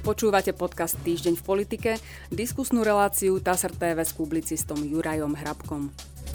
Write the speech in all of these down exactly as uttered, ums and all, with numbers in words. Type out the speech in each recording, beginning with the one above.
Počúvate podcast Týždeň v politike, diskusnú reláciu TASR té vé s publicistom Jurajom Hrabkom.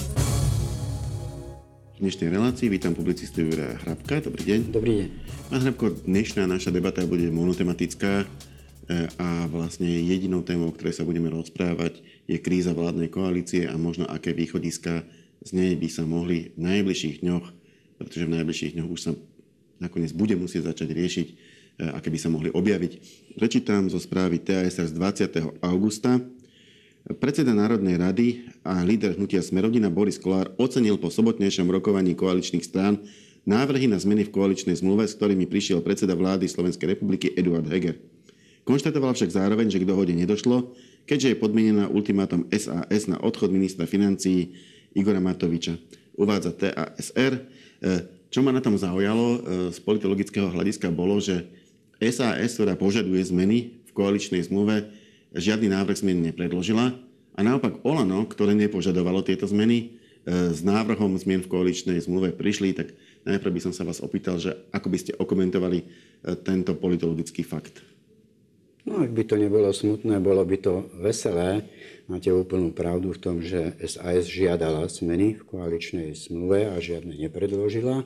V dnešnej relácii vítam publicistu Juraja Hrabka. Dobrý deň. Dobrý deň. Pán Hrabko, dnešná naša debata bude monotematická a vlastne jedinou témou, o ktorej sa budeme rozprávať, je kríza vládnej koalície a možno aké východiska z nej by sa mohli v najbližších dňoch, pretože v najbližších dňoch už sa nakoniec bude musieť začať riešiť, aké by sa mohli objaviť. Prečítam zo správy té a es er z dvadsiateho augusta. Predseda Národnej rady a líder hnutia Smer-rodina Boris Kollár ocenil po sobotnejšom rokovaní koaličných strán návrhy na zmeny v koaličnej zmluve, s ktorými prišiel predseda vlády Slovenskej republiky Eduard Heger. Konštatoval však zároveň, že k dohode nedošlo, keďže je podmienená ultimátom es a es na odchod ministra financií Igora Matoviča. Uvádza té a es er. Čo ma na tom zaujalo z politologického hľadiska bolo, že es a es, ktorá požaduje zmeny v koaličnej zmluve, žiadny návrh zmien nepredložila a naopak Olano, ktoré nepožadovalo tieto zmeny, s návrhom zmien v koaličnej zmluve prišli, tak najprv by som sa vás opýtal, že ako by ste okomentovali tento politologický fakt. No, ak by to nebolo smutné, bolo by to veselé. Máte úplnú pravdu v tom, že es a es žiadala zmeny v koaličnej zmluve a žiadne nepredložila.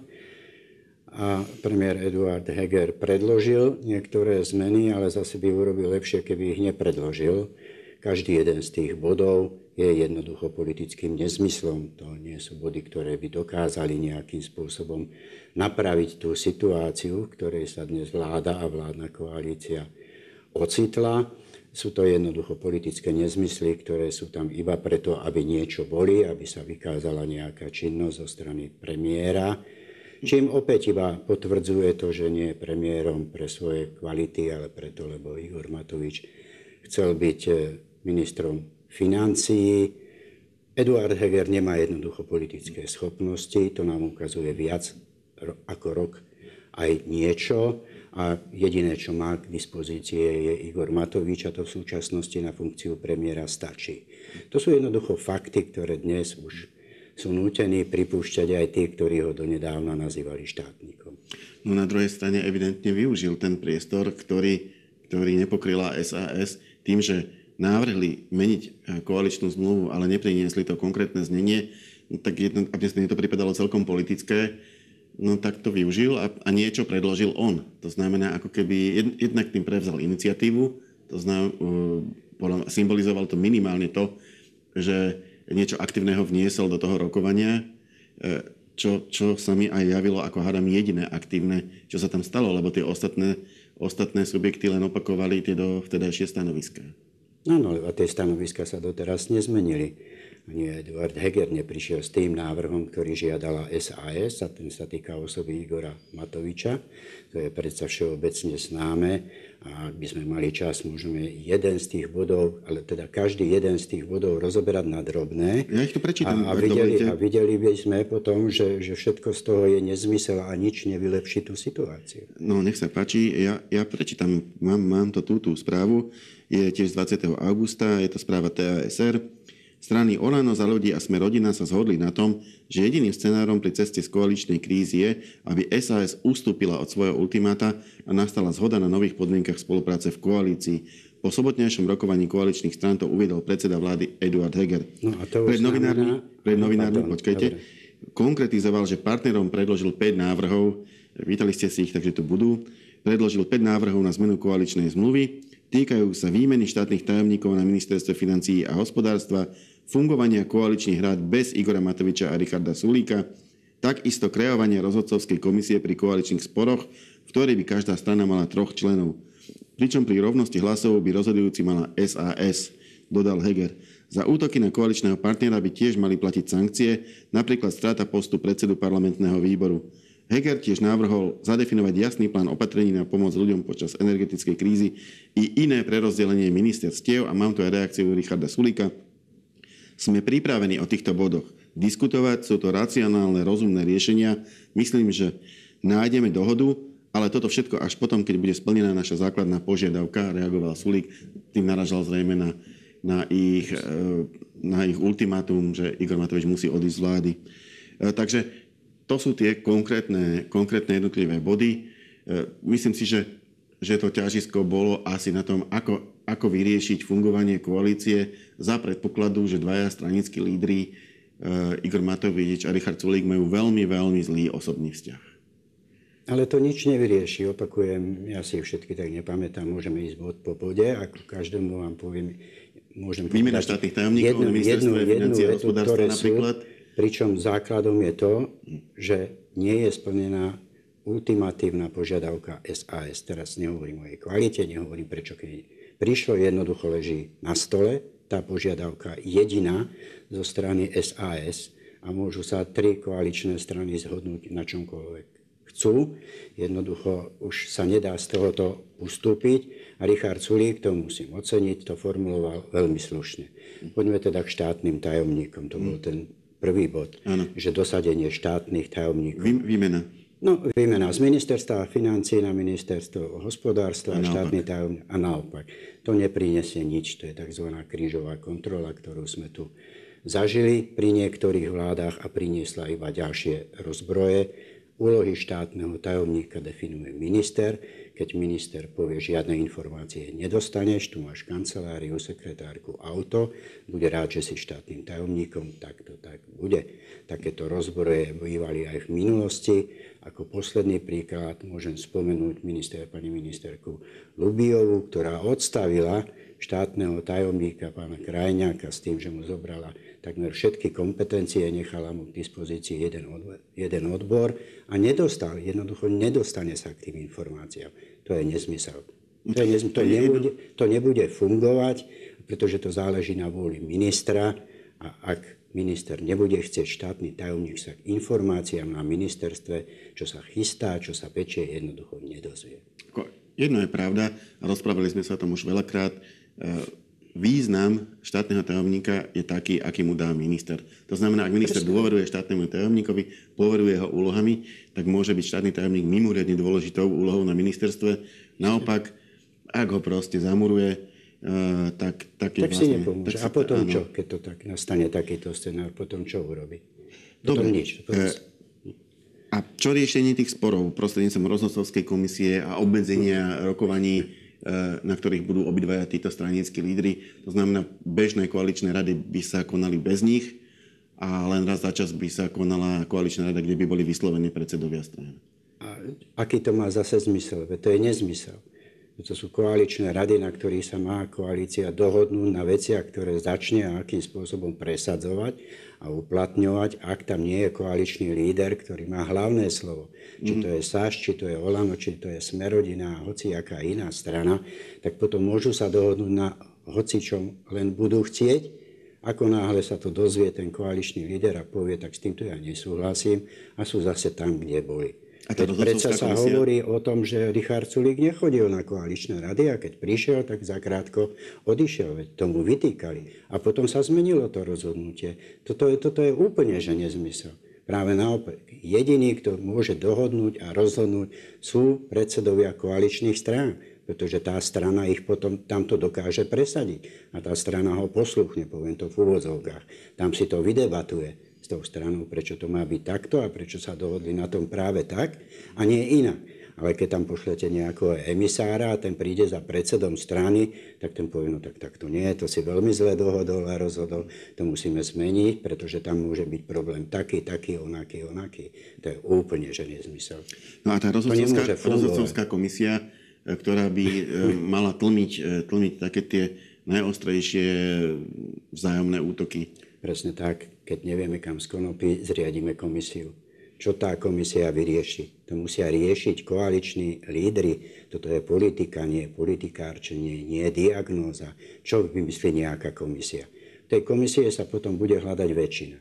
A premiér Eduard Heger predložil niektoré zmeny, ale zase by urobil lepšie, keby ich nepredložil. Každý jeden z tých bodov je jednoducho politickým nezmyslom. To nie sú body, ktoré by dokázali nejakým spôsobom napraviť tú situáciu, v ktorej sa dnes vláda a vládna koalícia ocitla. Sú to jednoducho politické nezmysly, ktoré sú tam iba preto, aby niečo boli, aby sa vykázala nejaká činnosť zo strany premiéra. Čím opäť iba potvrdzuje to, že nie je premiérom pre svoje kvality, ale preto, lebo Igor Matovič chcel byť ministrom financií. Eduard Heger nemá jednoducho politické schopnosti, to nám ukazuje viac ako rok aj niečo. A jediné, čo má k dispozícii, je Igor Matovič a to v súčasnosti na funkciu premiéra stačí. To sú jednoducho fakty, ktoré dnes už sú nútení pripúšťať aj tí, ktorí ho donedávna nazývali štátnikom. No na druhej strane evidentne využil ten priestor, ktorý, ktorý nepokryla es a es tým, že navrhli meniť koaličnú zmluvu, ale nepriniesli to konkrétne znenie, no tak jedno, aby mne to pripadalo celkom politické, no tak to využil a, a niečo predložil on. To znamená, ako keby jed, jednak tým prevzal iniciatívu, to znamená, uh, symbolizoval to minimálne to, že niečo aktívneho vniesol do toho rokovania, čo, čo sa mi aj javilo ako hádam jediné aktívne, čo sa tam stalo, lebo tie ostatné, ostatné subjekty len opakovali tie do vtedajšie stanoviská. Áno, lebo tie stanoviská sa doteraz nezmenili. Ani Eduard Heger neprišiel s tým návrhom, ktorý žiadala es a es, a ten sa týka osoby Igora Matoviča. To je predsa všeobecne známe. A ak by sme mali čas, môžeme jeden z tých bodov, ale teda každý jeden z tých bodov rozoberať na drobné. Ja ich tu prečítam, a, a, videli, a videli by sme potom, že, že všetko z toho je nezmysel a nič nevylepší tú situáciu. No, nech sa páči. Ja, ja prečítam, mám, mám to tú, tú správu. Je tiež z dvadsiateho augusta, je to správa té a es er. Strany Olano, Za ľudí a Smer-rodina sa zhodli na tom, že jediným scenárom pri ceste z koaličnej krízy je, aby es a es ustúpila od svojho ultimáta a nastala zhoda na nových podmienkach spolupráce v koalícii. Po sobotnejšom rokovaní koaličných strán to uviedol predseda vlády Eduard Heger. No a to pred novinármi, znamená... pred novinármi Pardon, počkajte, dobre. Konkretizoval, že partnerom predložil päť návrhov, vítali ste si ich, takže tu budú, predložil päť návrhov na zmenu koaličnej zmluvy, týkajú sa výmeny štátnych tajomníkov na ministerstve financií a hospodárstva, fungovania koaličných rád bez Igora Matoviča a Richarda Sulíka, takisto kreovanie rozhodcovskej komisie pri koaličných sporoch, v ktorej by každá strana mala troch členov. Pričom pri rovnosti hlasov by rozhodujúci mala es a es, dodal Heger. Za útoky na koaličného partnera by tiež mali platiť sankcie, napríklad strata postu predsedu parlamentného výboru. Heger tiež navrhol zadefinovať jasný plán opatrení na pomoc ľuďom počas energetickej krízy i iné prerozdelenie ministerstiev, a mám tu aj reakciu Richarda Sulíka. Sme pripravení o týchto bodoch diskutovať, sú to racionálne, rozumné riešenia. Myslím, že nájdeme dohodu, ale toto všetko až potom, keď bude splnená naša základná požiadavka, reagoval Sulík, tým naražal zrejme na, na, ich, na ich ultimátum, že Igor Matovič musí odísť z vlády. Takže to sú tie konkrétne, konkrétne jednotlivé body. Myslím si, že že to ťažisko bolo asi na tom, ako, ako vyriešiť fungovanie koalície za predpokladu, že dvaja stranickí lídri, e, Igor Matovič a Richard Sulík, majú veľmi, veľmi zlý osobný vzťah. Ale to nič nevyrieši. Opakujem, ja si všetky tak nepamätám, môžeme ísť bod po bode, ako každému vám poviem, môžem povedať... Výmena štátnych tajomníkov jednu, na ministerstve financií a hospodárstva napríklad. Pričom základom je to, že nie je splnená ultimatívna požiadavka es a es. Teraz nehovorím o jej kvalite, nehovorím prečo, keď prišlo, jednoducho leží na stole tá požiadavka jediná zo strany es a es a môžu sa tri koaličné strany zhodnúť na čomkoľvek chcú. Jednoducho už sa nedá z tohoto ustúpiť a Richard Sulík, to musím oceniť, to formuloval veľmi slušne. Poďme teda k štátnym tajomníkom, to bol ten prvý bod, ano. Že dosadenie štátnych tajomníkov. Vy, výmena. No, výmena z ministerstva financií na ministerstvo hospodárstva a, a štátny tajomník a naopak. To neprinesie nič, to je tzv. Krížová kontrola, ktorú sme tu zažili pri niektorých vládach a priniesla iba ďalšie rozbroje. Úlohy štátneho tajomníka definuje minister. Keď minister povie, žiadne informácie nedostaneš, tu máš kanceláriu, sekretárku, auto, bude rád, že si štátnym tajomníkom, tak to tak bude. Takéto rozbroje bývali aj v minulosti. Ako posledný príklad môžem spomenúť minister, pani ministerku Lubijovú, ktorá odstavila štátneho tajomníka pána Krajňáka s tým, že mu zobrala takmer všetky kompetencie, nechala mu k dispozícii jeden odbor, jeden odbor a nedostal, jednoducho nedostane sa k tým informáciám. To je nezmysel. To, je nezmysel. to, nebude, to nebude fungovať, pretože to záleží na vôli ministra a ak minister nebude chcieť štátny tajomník sa k informáciám na ministerstve, čo sa chystá, čo sa pečie, jednoducho nedozvie. Jedno je pravda, a rozprávali sme sa o tom už veľakrát, význam štátneho tajomníka je taký, aký mu dá minister. To znamená, ak minister dôveruje štátnemu tajomníkovi, poveruje ho úlohami, tak môže byť štátny tajomník mimoriadne dôležitou úlohou na ministerstve. Naopak, ak ho proste zamuruje, uh, tak, tak je tak vlastne... si nepomôže. Tak a potom áno. čo, keď to tak nastane takýto scenár, potom čo urobí? Potom Dobre. nič. Potom... A čo riešenie tých sporov prostredníctvom rozhodcovskej komisie a obmedzenia rokovaní, na ktorých budú obidvaja títo stranickí lídri. To znamená, bežné koaličné rady by sa konali bez nich a len raz za čas by sa konala koaličná rada, kde by boli vyslovene predsedovia strán. A aký to má zase zmysel? Veď to je nezmysel. To sú koaličné rady, na ktorých sa má koalícia dohodnúť na veciach, ktoré začne a akým spôsobom presadzovať a uplatňovať, ak tam nie je koaličný líder, ktorý má hlavné slovo. Či to je es a es, či to je Olano, či to je Smerodina, hoci aká iná strana, tak potom môžu sa dohodnúť na hocičom len budú chcieť. Ako náhle sa to dozvie ten koaličný líder a povie, tak s týmto ja nesúhlasím a sú zase tam, kde boli. A predsa sa komisia... hovorí o tom, že Richard Sulík nechodil na koaličné rady a keď prišiel, tak zakrátko odišiel. Veď tomu vytýkali. A potom sa zmenilo to rozhodnutie. Toto je, toto je úplne že nezmysel. Práve naopak. Jediný, kto môže dohodnúť a rozhodnúť, sú predsedovia koaličných strán. Pretože tá strana ich potom tamto dokáže presadiť. A tá strana ho posluchne, poviem to v úvodzovkách. Tam si to vydebatuje s tou stranou, prečo to má byť takto a prečo sa dohodli na tom práve tak a nie inak. Ale keď tam pošlete nejakého emisára a ten príde za predsedom strany, tak ten povie, no tak, tak to nie, to si veľmi zle dohodol a rozhodol, to musíme zmeniť, pretože tam môže byť problém taký, taký, onaký, onaký. To je úplne že nezmysel. No a tá rozhodcovská, rozhodcovská komisia, ktorá by mala tlmiť, tlmiť také tie najostrejšie vzájomné útoky. Presne tak. Keď nevieme, kam z konopy, zriadíme komisiu. Čo tá komisia vyrieši? To musia riešiť koaliční lídri. Toto je politika, nie politikárčenie, nie diagnóza. Čo vymyslí nejaká komisia? V tej komisie sa potom bude hľadať väčšina.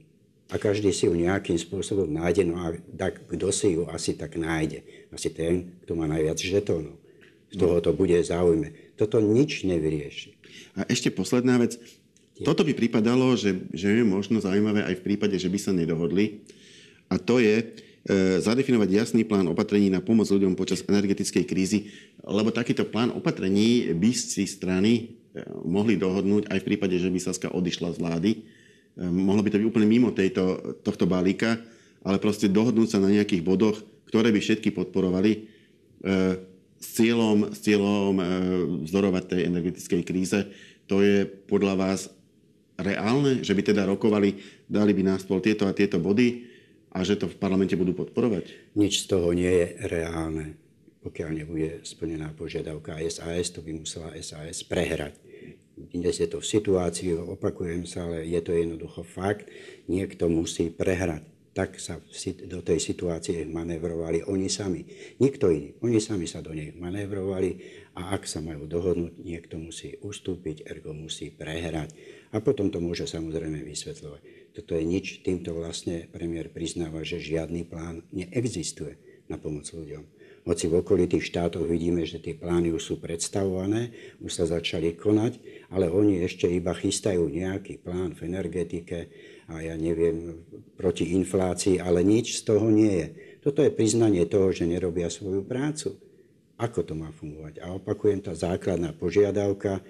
A každý si ju nejakým spôsobom nájde, no a tak, kto si ju asi tak nájde? Asi ten, kto má najviac žetónov. Z toho to bude záujme. Toto nič nevyrieši. A ešte posledná vec. Toto by pripadalo, že, že je možno zaujímavé aj v prípade, že by sa nedohodli. A to je e, zadefinovať jasný plán opatrení na pomoc ľuďom počas energetickej krízy, lebo takýto plán opatrení by si strany e, mohli dohodnúť aj v prípade, že by Saska odišla z vlády. E, mohlo by to byť úplne mimo tejto, tohto balíka, ale proste dohodnúť sa na nejakých bodoch, ktoré by všetky podporovali. E, s cieľom, s cieľom vzorovať tej energetickej kríze. To je podľa vás reálne, že by teda rokovali, dali by na stôl tieto a tieto body a že to v parlamente budú podporovať? Nič z toho nie je reálne. Pokiaľ nebude splnená požiadavka es a es, to by musela es a es prehrať. Dnes je to v situácii, opakujem sa, ale je to jednoducho fakt, niekto musí prehrať. Tak sa do tej situácie manévrovali oni sami. Nikto iný. Oni sami sa do nej manévrovali a ak sa majú dohodnúť, niekto musí ustúpiť, ergo musí prehrať. A potom to môže samozrejme vysvetľovať. Toto je nič. Týmto vlastne premiér priznáva, že žiadny plán neexistuje na pomoc ľuďom. Hoci v okolitých štátoch vidíme, že tie plány už sú predstavované, už sa začali konať, ale oni ešte iba chystajú nejaký plán v energetike a ja neviem, proti inflácii, ale nič z toho nie je. Toto je priznanie toho, že nerobia svoju prácu. Ako to má fungovať? A opakujem, tá základná požiadavka,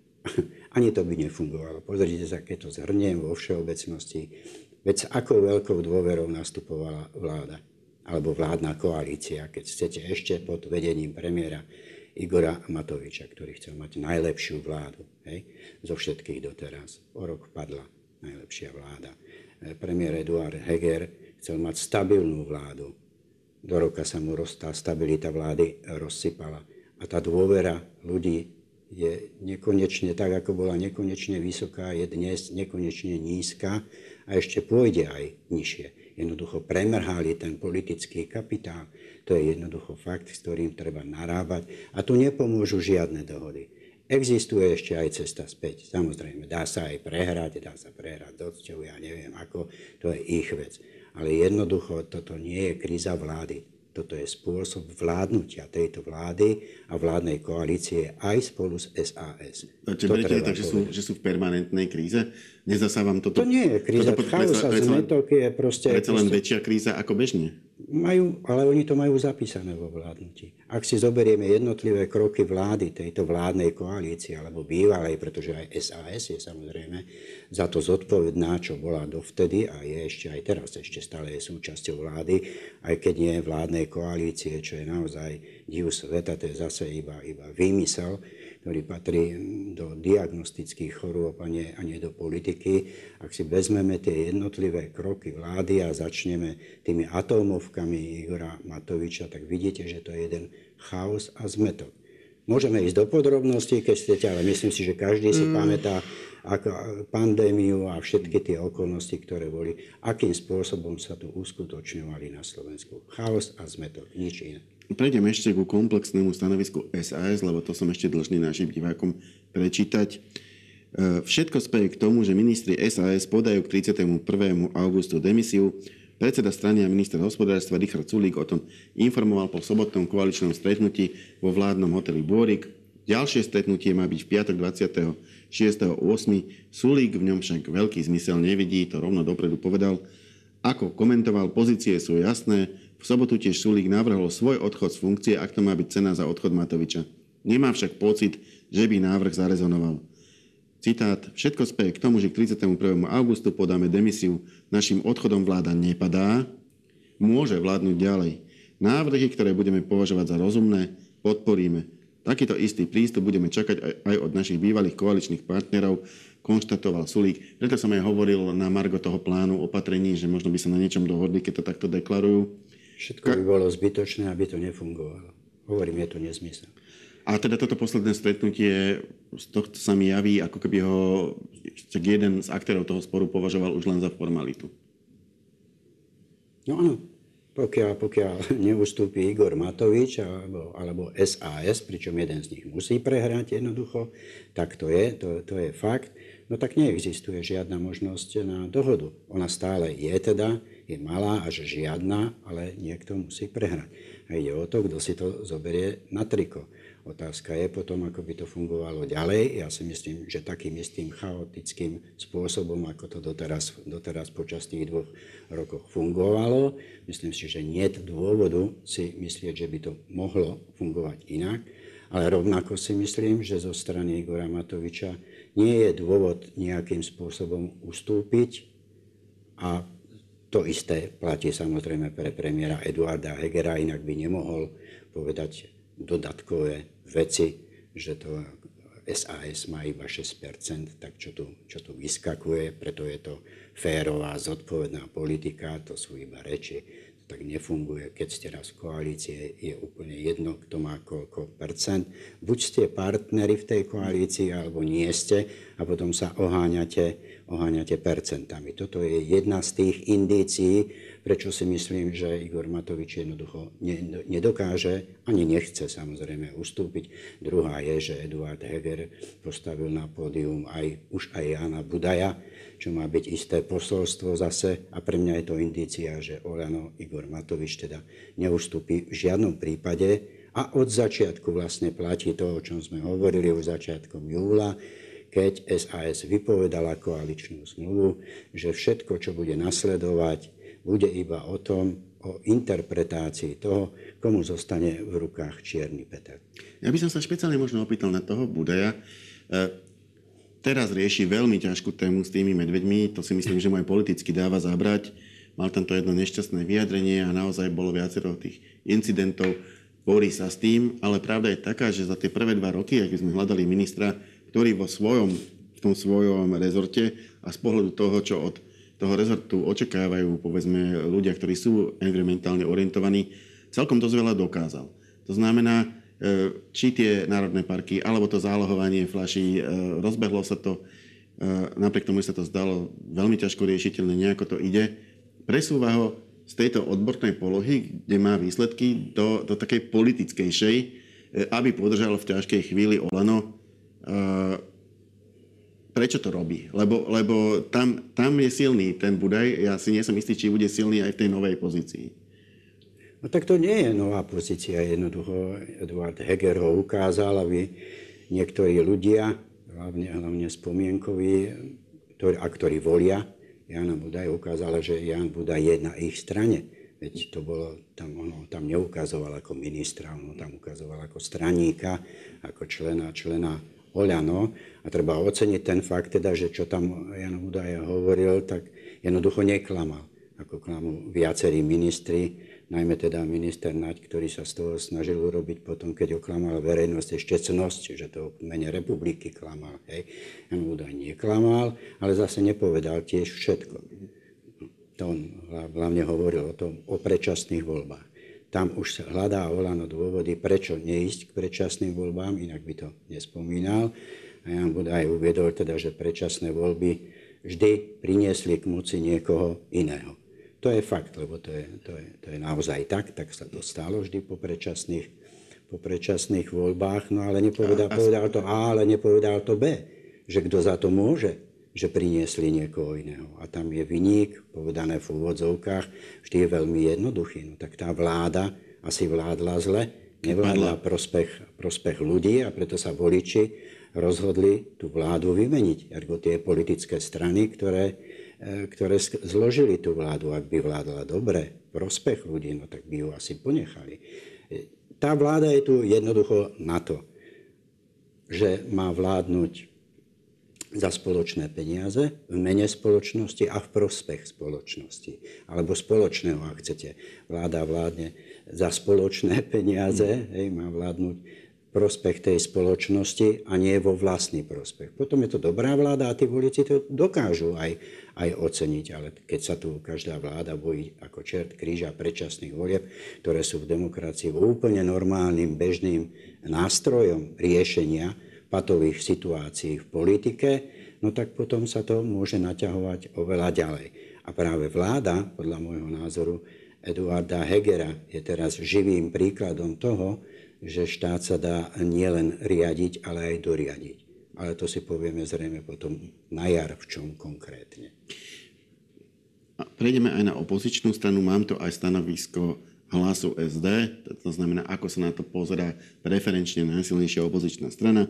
ani to by nefungovalo. Pozrite sa, keď to zhrniem vo všeobecnosti, veď s akou veľkou dôverou nastupovala vláda alebo vládna koalícia, keď chcete ešte pod vedením premiéra Igora Matoviča, ktorý chcel mať najlepšiu vládu, hej, zo všetkých doteraz. O rok padla najlepšia vláda. Premiér Eduard Heger chcel mať stabilnú vládu. Do roka sa mu tá stabilita vlády rozsypala. A tá dôvera ľudí je nekonečne, tak ako bola nekonečne vysoká, je dnes nekonečne nízka a ešte pôjde aj nižšie. Jednoducho premrhali ten politický kapitál. To je jednoducho fakt, s ktorým treba narábať. A tu nepomôžu žiadne dohody. Existuje ešte aj cesta späť. Samozrejme, dá sa aj prehrať, dá sa prehrať docťou, ja neviem ako, to je ich vec. Ale jednoducho toto nie je kríza vlády. Toto je spôsob vládnutia tejto vlády a vládnej koalície aj spolu s es a es. Čiže beriete tak, že sú, že sú v permanentnej kríze? Nezdá sa vám toto? To nie je kríza. Chaos a zmetok je proste... Predsa len väčšia kríza ako bežne. Majú, ale oni to majú zapísané vo vládnutí. Ak si zoberieme jednotlivé kroky vlády tejto vládnej koalície alebo bývalej, pretože aj es a es je samozrejme za to zodpovedná, čo bola dovtedy a je ešte aj teraz, ešte stále je súčasťou vlády, aj keď nie je vládnej koalície, čo je naozaj div sveta, to je zase iba, iba výmysel, ktorý patrí do diagnostických chorôb a nie, a nie do politiky. Ak si vezmeme tie jednotlivé kroky vlády a začneme tými atómovkami Igora Matoviča, tak vidíte, že to je jeden chaos a zmetok. Môžeme ísť do podrobností, keď chcete, ale myslím si, že každý si mm. pamätá ako pandémiu a všetky tie okolnosti, ktoré boli, akým spôsobom sa tu uskutočňovali na Slovensku. Chaos a zmetok, nič iné. Prejdem ešte ku komplexnému stanovisku es a es, lebo to som ešte dlžný našim divákom prečítať. Všetko speje k tomu, že ministri es a es podajú k tridsiateho prvého augustu demisiu. Predseda strany a minister hospodárstva Richard Sulík o tom informoval po sobotnom koaličnom stretnutí vo vládnom hoteli Bôrik. Ďalšie stretnutie má byť v piatok dvadsiateho šiesteho ôsmeho Sulík v ňom však veľký zmysel nevidí, to rovno dopredu povedal. Ako komentoval, pozície sú jasné. V sobotu tiež Sulík navrhol svoj odchod z funkcie, ak to má byť cena za odchod Matoviča. Nemá však pocit, že by návrh zarezonoval. Citát, všetko speje k tomu, že k tridsiateho prvého augustu podáme demisiu. Naším odchodom vláda nepadá, môže vládnuť ďalej. Návrhy, ktoré budeme považovať za rozumné, podporíme. Takýto istý prístup budeme čakať aj od našich bývalých koaličných partnerov, konštatoval Sulík. Preto som aj hovoril na margo toho plánu opatrení, že možno by sa na niečom dohodli, keď to takto deklarujú. Všetko by bolo zbytočné, aby to nefungovalo. Hovorím, je to nezmysel. A teda toto posledné stretnutie, z tohto sa mi javí, ako keby ho jeden z aktérov toho sporu považoval už len za formalitu. No áno. Pokiaľ, pokiaľ neustúpi Igor Matovič alebo, alebo es a es, pričom jeden z nich musí prehrať jednoducho, tak to je, to, to je fakt, no tak neexistuje žiadna možnosť na dohodu. Ona stále je teda, je malá až žiadna, ale niekto musí prehrať. A ide o to, kto si to zoberie na triko. Otázka je potom, ako by to fungovalo ďalej. Ja si myslím, že takým istým chaotickým spôsobom, ako to doteraz, doteraz počas tých dvoch rokov fungovalo. Myslím si, že nie je dôvodu si myslieť, že by to mohlo fungovať inak. Ale rovnako si myslím, že zo strany Igora Matoviča nie je dôvod nejakým spôsobom ustúpiť. A to isté platí samozrejme pre premiéra Eduarda Hegera, inak by nemohol povedať dodatkové veci, že to es a es má iba šesť percent, tak čo tu, čo tu vyskakuje, preto je to férová, zodpovedná politika, to sú iba reči, to tak nefunguje. Keď ste raz v koalícii, je úplne jedno, kto má koľko percent. Buď ste partneri v tej koalícii, alebo nie ste a potom sa oháňate, oháňate percentami. Toto je jedna z tých indícií, prečo si myslím, že Igor Matovič jednoducho nedokáže, ani nechce samozrejme ustúpiť. Druhá je, že Eduard Heger postavil na pódium aj, už aj Jána Budaja, čo má byť isté posolstvo zase. A pre mňa je to indícia, že Oľano, Igor Matovič teda neustúpi v žiadnom prípade. A od začiatku vlastne platí to, o čom sme hovorili už začiatkom júla, keď es a es vypovedala koaličnú zmluvu, že všetko, čo bude nasledovať, bude iba o tom, o interpretácii toho, komu zostane v rukách čierny Peter. Ja by som sa špeciálne možno opýtal na toho Budaja. E, teraz rieši veľmi ťažkú tému s tými medveďmi. To si myslím, že mu aj politicky dáva zabrať. Mal tam to jedno nešťastné vyjadrenie a naozaj bolo viacero tých incidentov. Borí sa s tým, ale pravda je taká, že za tie prvé dva roky, ak sme hľadali ministra, ktorý vo svojom, v tom svojom rezorte a z pohľadu toho, čo od toho rezortu očakávajú, povedzme, ľudia, ktorí sú environmentálne orientovaní, celkom dosť veľa dokázal. To znamená, či tie národné parky, alebo to zálohovanie fľaší, rozbehlo sa to, napriek tomu, že sa to zdalo veľmi ťažko riešiteľné, nejako to ide, presúva ho z tejto odbornej polohy, kde má výsledky, do, do takej politickejšej, aby podržal v ťažkej chvíli Olano. Prečo to robí? Lebo, lebo tam, tam je silný ten Budaj. Ja si nie som istý, či bude silný aj v tej novej pozícii. No tak to nie je nová pozícia. Jednoducho Eduard Heger ho ukázal, aby niektorí ľudia, hlavne, hlavne spomienkoví, ktorí, a ktorí volia Jána Budaja, ukázala, že Ján Budaj je na ich strane. Veď to bolo, tam, ono tam neukazoval ako ministra, ono tam ukazoval ako straníka, ako člena, člena Oľano. A treba oceniť ten fakt, teda, že čo tam Ján Budaj hovoril, tak jednoducho neklamal. Ako klamú viacerí ministri, najmä teda minister Naď, ktorý sa z toho snažil urobiť potom, keď oklamal verejnosť ešte cnosť, že to v mene republiky klamal. Hej. Ján Budaj neklamal, ale zase nepovedal tiež všetko. To on hlavne hovoril o tom, o predčasných voľbách. Tam už sa hľadá Oľano dôvody, prečo neísť k predčasným voľbám, inak by to nespomínal. A Ján Budaj uviedol teda, že predčasné voľby vždy priniesli k moci niekoho iného. To je fakt, lebo to je, to je, to je naozaj tak, tak sa to stalo vždy po predčasných, po predčasných voľbách, no ale nepovedal, povedal to A, ale nepovedal to B, že kto za to môže, že priniesli niekoho iného. A tam je viník, povedané v úvodzovkách, vždy je veľmi jednoduchý. No tak tá vláda asi vládla zle, nevládla prospech, prospech ľudí a preto sa voliči rozhodli tú vládu vymeniť. Ergo tie politické strany, ktoré, ktoré zložili tú vládu, ak by vládla dobre, prospech ľudí, no tak by ju asi ponechali. Tá vláda je tu jednoducho na to, že má vládnuť za spoločné peniaze, v mene spoločnosti a v prospech spoločnosti. Alebo spoločného, ak chcete. Vláda vládne za spoločné peniaze, hej, má vládnuť prospech tej spoločnosti a nie vo vlastný prospech. Potom je to dobrá vláda a tí voliči to dokážu aj, aj oceniť. Ale keď sa tu každá vláda bojí ako čert kríža predčasných volieb, ktoré sú v demokracii úplne normálnym, bežným nástrojom riešenia patových situácií v politike, no tak potom sa to môže naťahovať oveľa ďalej. A práve vláda, podľa môjho názoru, Eduarda Hegera je teraz živým príkladom toho, že štát sa dá nielen riadiť, ale aj doriadiť. Ale to si povieme zrejme potom na jar, v čom konkrétne. A prejdeme aj na opozičnú stranu. Mám to aj stanovisko Hlasu es dé, to znamená, ako sa na to pozerá preferenčne najsilnejšia opozičná strana.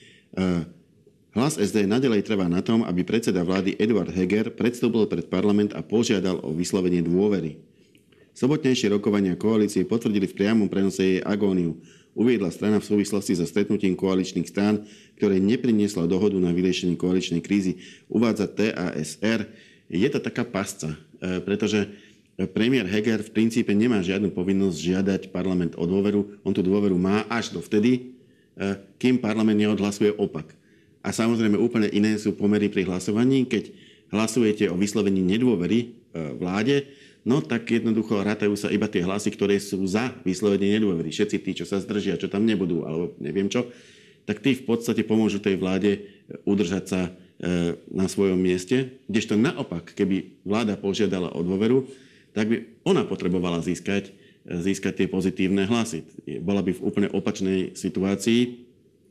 Hlas es dé nadalej trvá na tom, aby predseda vlády Eduard Heger predstúpil pred parlament a požiadal o vyslovenie dôvery. Sobotnejšie rokovania koalície potvrdili v priamom prenose jej agóniu. Uviedla strana v súvislosti so stretnutím koaličných strán, ktoré neprinieslo dohodu na vyriešenie koaličnej krízy, uvádza té a es er. Je to taká pasca, pretože premiér Heger v princípe nemá žiadnu povinnosť žiadať parlament o dôveru. On tú dôveru má až dovtedy, kým parlament neodhlasuje opak. A samozrejme úplne iné sú pomery pri hlasovaní. Keď hlasujete o vyslovení nedôvery vláde, no tak jednoducho rátajú sa iba tie hlasy, ktoré sú za vyslovenie nedôvery. Všetci tí, čo sa zdržia, čo tam nebudú, alebo neviem čo, tak tí v podstate pomôžu tej vláde udržať sa na svojom mieste. Kdežto naopak, keby vláda požiadala o dôveru, tak by ona potrebovala získať, získať tie pozitívne hlasy. Bola by v úplne opačnej situácii.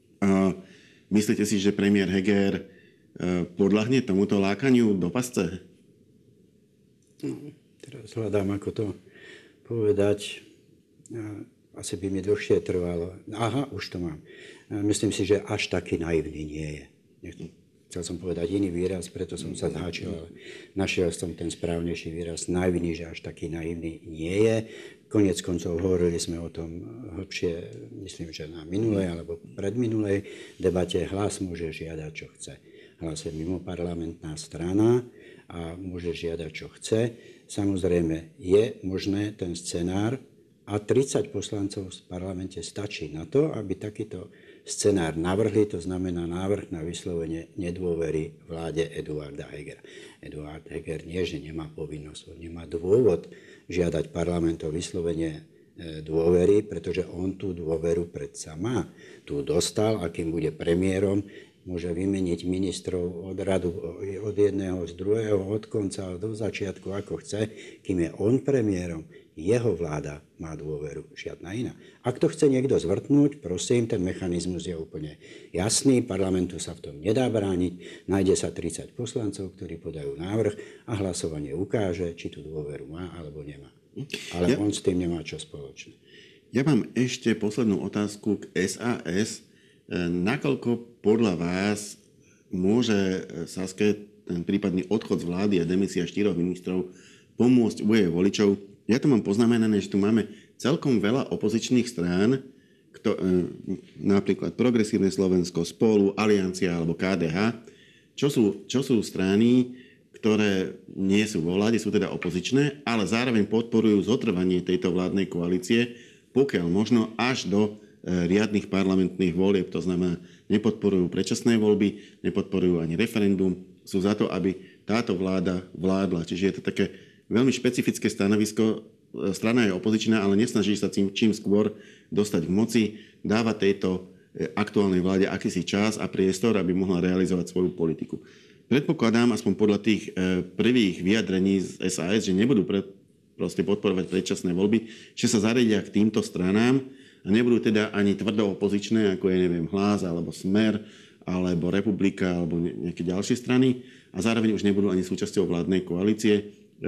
Myslíte si, že premiér Heger podľahne tomuto lákaniu do pasce? No, teraz hľadám, ako to povedať. Asi by mi dlhšie trvalo. Aha, už to mám. Myslím si, že až taký naivný nie je. Chcel som povedať iný výraz, preto som sa zháčil, ale našiel som ten správnejší výraz. Naivný, že až taký naivný nie je. Konec koncov hovorili sme o tom hlbšie, myslím, že na minulej alebo predminulej debate. Hlas môže žiadať, čo chce. Hlas je mimoparlamentná strana a môže žiadať, čo chce. Samozrejme, je možné ten scenár a tridsať poslancov v parlamente stačí na to, aby takýto scenár navrhli, to znamená návrh na vyslovenie nedôvery vláde Eduarda Hegera. Eduard Heger nie, že nemá povinnosť, on nemá dôvod žiadať parlament o vyslovenie dôvery, pretože on tú dôveru predsa má. Tu dostal, a kým bude premiérom, môže vymeniť ministrov od radu, od jedného z druhého, od konca do začiatku, ako chce, kým je on premiérom. Jeho vláda má dôveru, žiadna iná. Ak to chce niekto zvrtnúť, prosím, ten mechanizmus je úplne jasný, parlamentu sa v tom nedá brániť, nájde sa tridsať poslancov, ktorí podajú návrh a hlasovanie ukáže, či tú dôveru má alebo nemá. Ale ja, on s tým nemá čo spoločné. Ja mám ešte poslednú otázku k es a es. Nakoľko podľa vás môže Saske ten prípadný odchod z vlády a demisia štyroch ministrov pomôcť u jej voličov? Ja to mám poznamenané, že tu máme celkom veľa opozičných strán, kto, napríklad Progresívne Slovensko, Spolu, Aliancia alebo ká dé há, čo sú, čo sú strany, ktoré nie sú vo vláde, sú teda opozičné, ale zároveň podporujú zotrvanie tejto vládnej koalície, pokiaľ možno až do riadnych parlamentných volieb, to znamená, nepodporujú predčasné voľby, nepodporujú ani referendum, sú za to, aby táto vláda vládla. Čiže je to také veľmi špecifické stanovisko. Strana je opozičná, ale nesnaží sa čím, čím skôr dostať k moci, dáva tejto aktuálnej vláde akýsi čas a priestor, aby mohla realizovať svoju politiku. Predpokladám, aspoň podľa tých prvých vyjadrení z es a es, že nebudú pre, proste podporovať predčasné voľby, že sa zaredia k týmto stranám a nebudú teda ani tvrdo opozičné, ako je, neviem, Hlas, alebo Smer, alebo Republika, alebo nejaké ďalšie strany a zároveň už nebudú ani súčasťou vládnej koalície.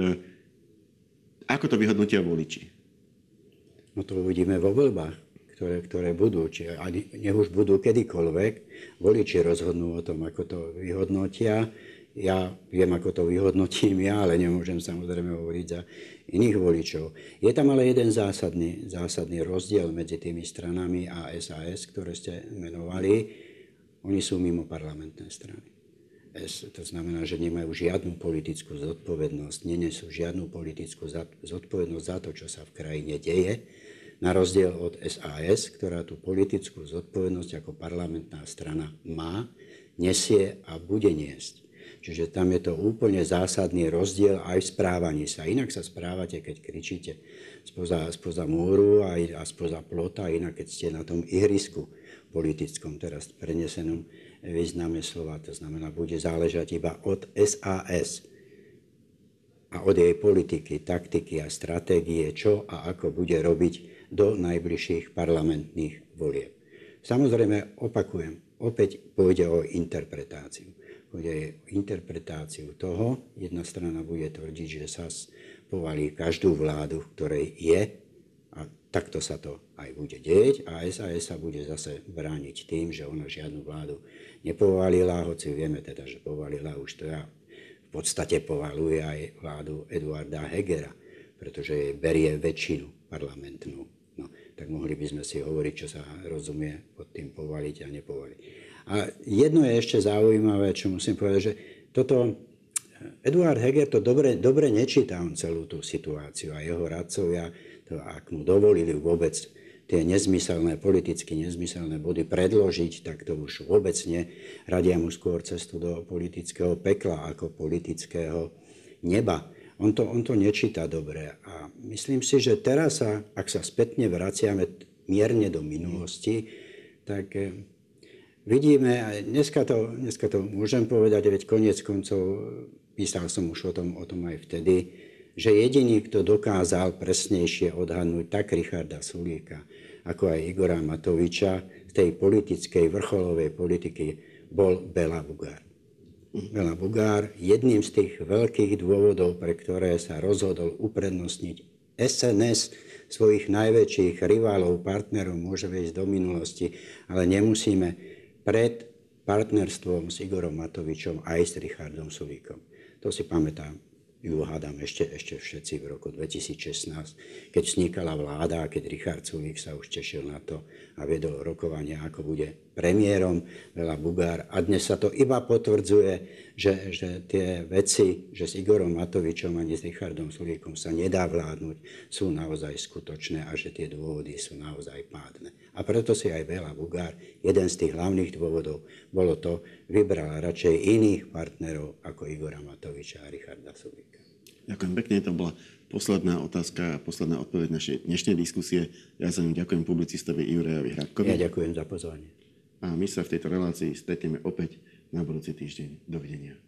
Ako to vyhodnotia voliči? No to uvidíme vo voľbách, ktoré, ktoré budú. Či ani, nech už budú kedykoľvek. Voliči rozhodnú o tom, ako to vyhodnotia. Ja viem, ako to vyhodnotím ja, ale nemôžem samozrejme hovoriť za iných voličov. Je tam ale jeden zásadný, zásadný rozdiel medzi tými stranami a es a es, ktoré ste menovali. Oni sú mimo parlamentné strany. To znamená, že nemajú žiadnu politickú zodpovednosť, nenesú žiadnu politickú zodpovednosť za to, čo sa v krajine deje, na rozdiel od es a es, ktorá tú politickú zodpovednosť ako parlamentná strana má, nesie a bude niesť. Čiže tam je to úplne zásadný rozdiel aj v správaní sa. Inak sa správate, keď kričíte spoza, spoza múru a, a spoza plota, inak keď ste na tom ihrisku politickom, teraz prenesenom význame slova. To znamená, bude záležať iba od es a es a od jej politiky, taktiky a stratégie, čo a ako bude robiť do najbližších parlamentných volieb. Samozrejme, opakujem, opäť pôjde o interpretáciu. Pôjde o interpretáciu toho, jedna strana bude tvrdiť, že es a es povalí každú vládu, v ktorej je, a takto sa to aj bude deť a es a es sa bude zase brániť tým, že ona žiadnu vládu nepovalila, hoci vieme teda, že povalila už to ja. V podstate povaluje aj vládu Eduarda Hegera, pretože jej berie väčšinu parlamentnú. No, tak mohli by sme si hovoriť, čo sa rozumie pod tým povaliť a nepovaliť. A jedno je ešte zaujímavé, čo musím povedať, že toto Eduard Heger to dobre, dobre nečíta on celú tú situáciu a jeho radcovia, to, ak mu dovolili vôbec tie nezmyselné, politicky nezmyselné body predložiť, tak to už vôbec nie. Radia mu skôr cestu do politického pekla ako politického neba. On to, on to nečíta dobre. A myslím si, že teraz, sa, ak sa spätne vraciame mierne do minulosti, tak vidíme, a dneska to, dneska to môžem povedať, veď koniec koncov, písal som už o tom, o tom aj vtedy, že jediný, kto dokázal presnejšie odhadnúť tak Richarda Sulíka, ako aj Igora Matoviča z tej politickej, vrcholovej politiky, bol Béla Bugár. Béla Bugár, jedným z tých veľkých dôvodov, pre ktoré sa rozhodol uprednostniť es en es, svojich najväčších rivalov, partnerov, môže viesť do minulosti, ale nemusíme pred partnerstvom s Igorom Matovičom aj s Richardom Sulíkom. To si pamätám, ju hádam ešte, ešte všetci v roku dvetisícšestnásť, keď vznikala vláda a keď Richard Sulík sa už tešil na to a viedol rokovania, ako bude premiérom, Béla Bugár. A dnes sa to iba potvrdzuje, že, že tie veci, že s Igorom Matovičom ani s Richardom Sulíkom sa nedá vládnuť, sú naozaj skutočné a že tie dôvody sú naozaj pádne. A preto si aj Béla Bugár, jeden z tých hlavných dôvodov, bolo to, vybral radšej iných partnerov ako Igora Matoviča a Richarda Sulíka. Ďakujem pekne, to bola posledná otázka a posledná odpoveď našej dnešnej diskusie. Ja za ňu ďakujem publicistovi Jurajovi Hrabkovi. Ja ďakujem za pozvanie. A my sa v tejto relácii stretneme opäť na budúci týždeň. Dovidenia.